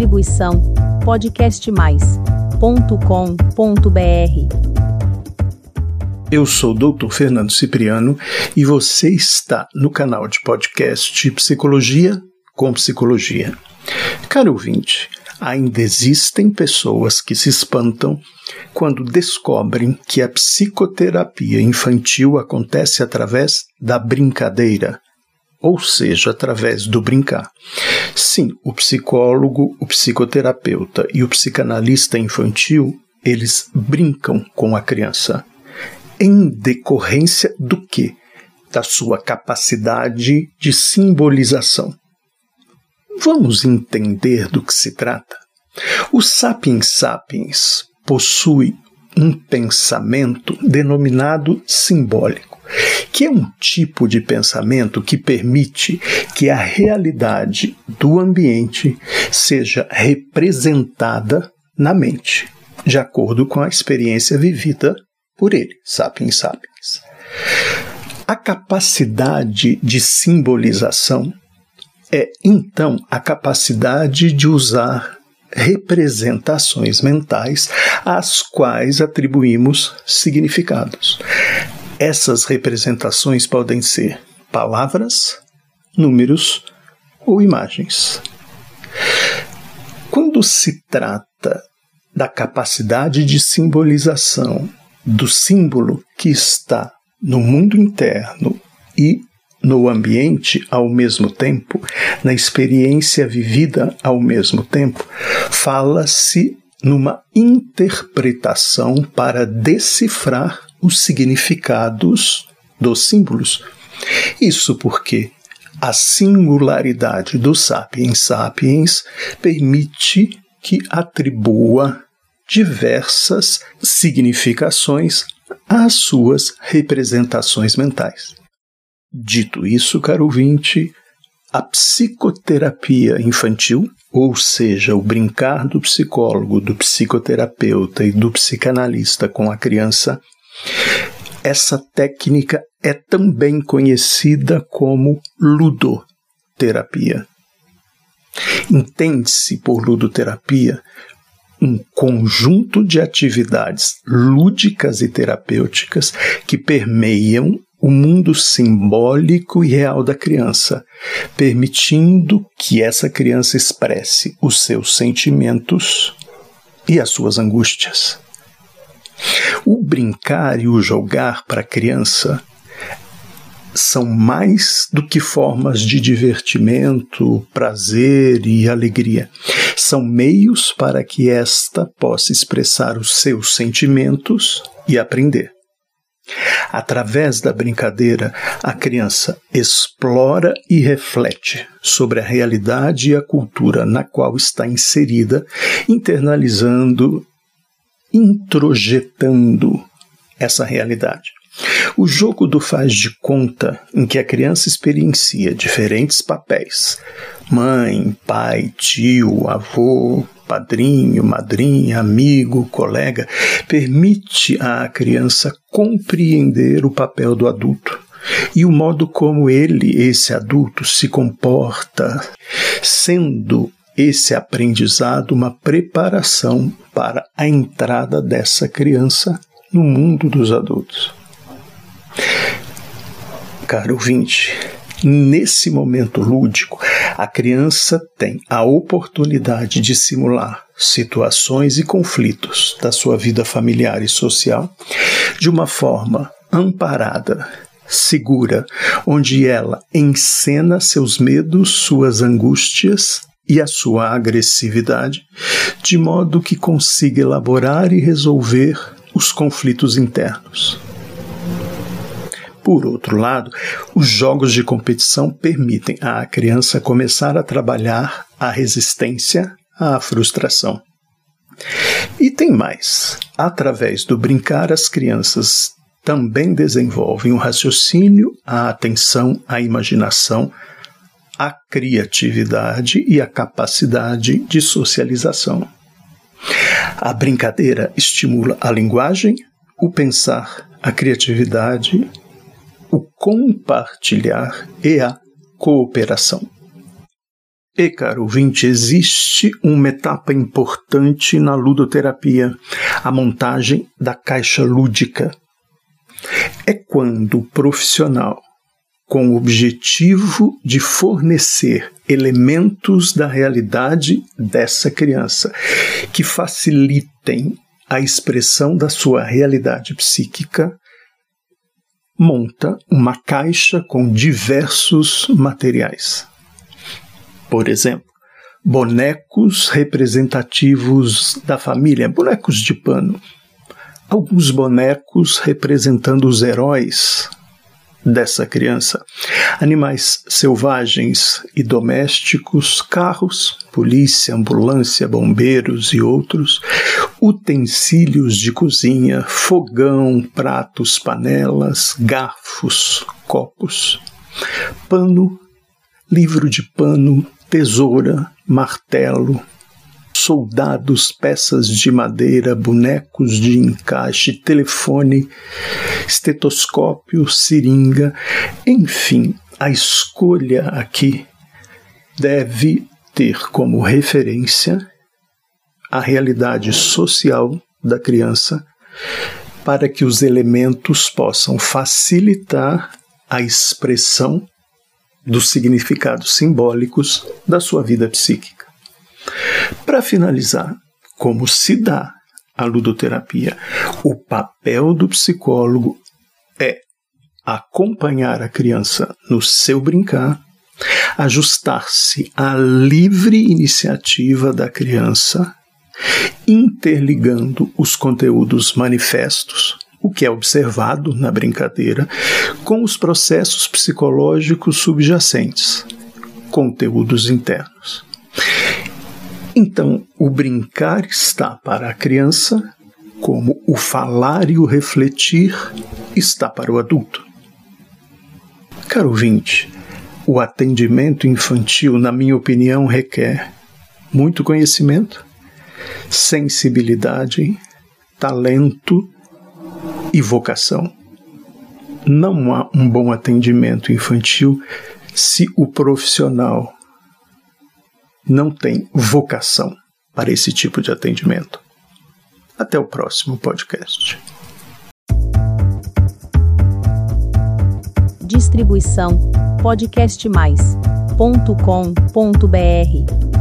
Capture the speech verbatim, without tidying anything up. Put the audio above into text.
Distribuição podcast mais ponto com ponto b r. Eu sou o doutor Fernando Cipriano e você está no canal de podcast Psicologia com Psicologia. Caro ouvinte, ainda existem pessoas que se espantam quando descobrem que a psicoterapia infantil acontece através da brincadeira, ou seja, através do brincar. Sim, o psicólogo, o psicoterapeuta e o psicanalista infantil, eles brincam com a criança. Em decorrência do quê? Da sua capacidade de simbolização. Vamos entender do que se trata? O Sapiens Sapiens possui um pensamento denominado simbólico, que é um tipo de pensamento que permite que a realidade do ambiente seja representada na mente, de acordo com a experiência vivida por ele, Sapiens Sapiens. A capacidade de simbolização é, então, a capacidade de usar representações mentais às quais atribuímos significados. Essas representações podem ser palavras, números ou imagens. Quando se trata da capacidade de simbolização do símbolo que está no mundo interno e no ambiente ao mesmo tempo, na experiência vivida ao mesmo tempo, fala-se numa interpretação para decifrar os significados dos símbolos. Isso porque a singularidade do Sapiens Sapiens permite que atribua diversas significações às suas representações mentais. Dito isso, caro ouvinte, a psicoterapia infantil, ou seja, o brincar do psicólogo, do psicoterapeuta e do psicanalista com a criança, essa técnica é também conhecida como ludoterapia. Entende-se por ludoterapia um conjunto de atividades lúdicas e terapêuticas que permeiam o mundo simbólico e real da criança, permitindo que essa criança expresse os seus sentimentos e as suas angústias. O brincar e o jogar para a criança são mais do que formas de divertimento, prazer e alegria. São meios para que esta possa expressar os seus sentimentos e aprender. Através da brincadeira, a criança explora e reflete sobre a realidade e a cultura na qual está inserida, internalizando, introjetando essa realidade. O jogo do faz de conta, em que a criança experiencia diferentes papéis, mãe, pai, tio, avô, padrinho, madrinha, amigo, colega, permite à criança compreender o papel do adulto e o modo como ele, esse adulto, se comporta, sendo esse aprendizado uma preparação para a entrada dessa criança no mundo dos adultos. Caro ouvinte, nesse momento lúdico, a criança tem a oportunidade de simular situações e conflitos da sua vida familiar e social de uma forma amparada, segura, onde ela encena seus medos, suas angústias e a sua agressividade, de modo que consiga elaborar e resolver os conflitos internos. Por outro lado, os jogos de competição permitem à criança começar a trabalhar a resistência à frustração. E tem mais. Através do brincar, as crianças também desenvolvem o raciocínio, a atenção, a imaginação, a criatividade e a capacidade de socialização. A brincadeira estimula a linguagem, o pensar, a criatividade, o compartilhar e a cooperação. E, caro ouvinte, existe uma etapa importante na ludoterapia, a montagem da caixa lúdica. É quando o profissional, com o objetivo de fornecer elementos da realidade dessa criança que facilitem a expressão da sua realidade psíquica, monta uma caixa com diversos materiais. Por exemplo, bonecos representativos da família, bonecos de pano. Alguns bonecos representando os heróis dessa criança, animais selvagens e domésticos, carros, polícia, ambulância, bombeiros e outros, utensílios de cozinha, fogão, pratos, panelas, garfos, copos, pano, livro de pano, tesoura, martelo, soldados, peças de madeira, bonecos de encaixe, telefone, estetoscópio, seringa, enfim, a escolha aqui deve ter como referência a realidade social da criança para que os elementos possam facilitar a expressão dos significados simbólicos da sua vida psíquica. Para finalizar, como se dá a ludoterapia? O papel do psicólogo é acompanhar a criança no seu brincar, ajustar-se à livre iniciativa da criança, interligando os conteúdos manifestos, o que é observado na brincadeira, com os processos psicológicos subjacentes, conteúdos internos. Então, o brincar está para a criança, como o falar e o refletir está para o adulto. Caro ouvinte, o atendimento infantil, na minha opinião, requer muito conhecimento, sensibilidade, talento e vocação. Não há um bom atendimento infantil se o profissional não tem vocação para esse tipo de atendimento. Até o próximo podcast. Distribuição podcast mais ponto com ponto br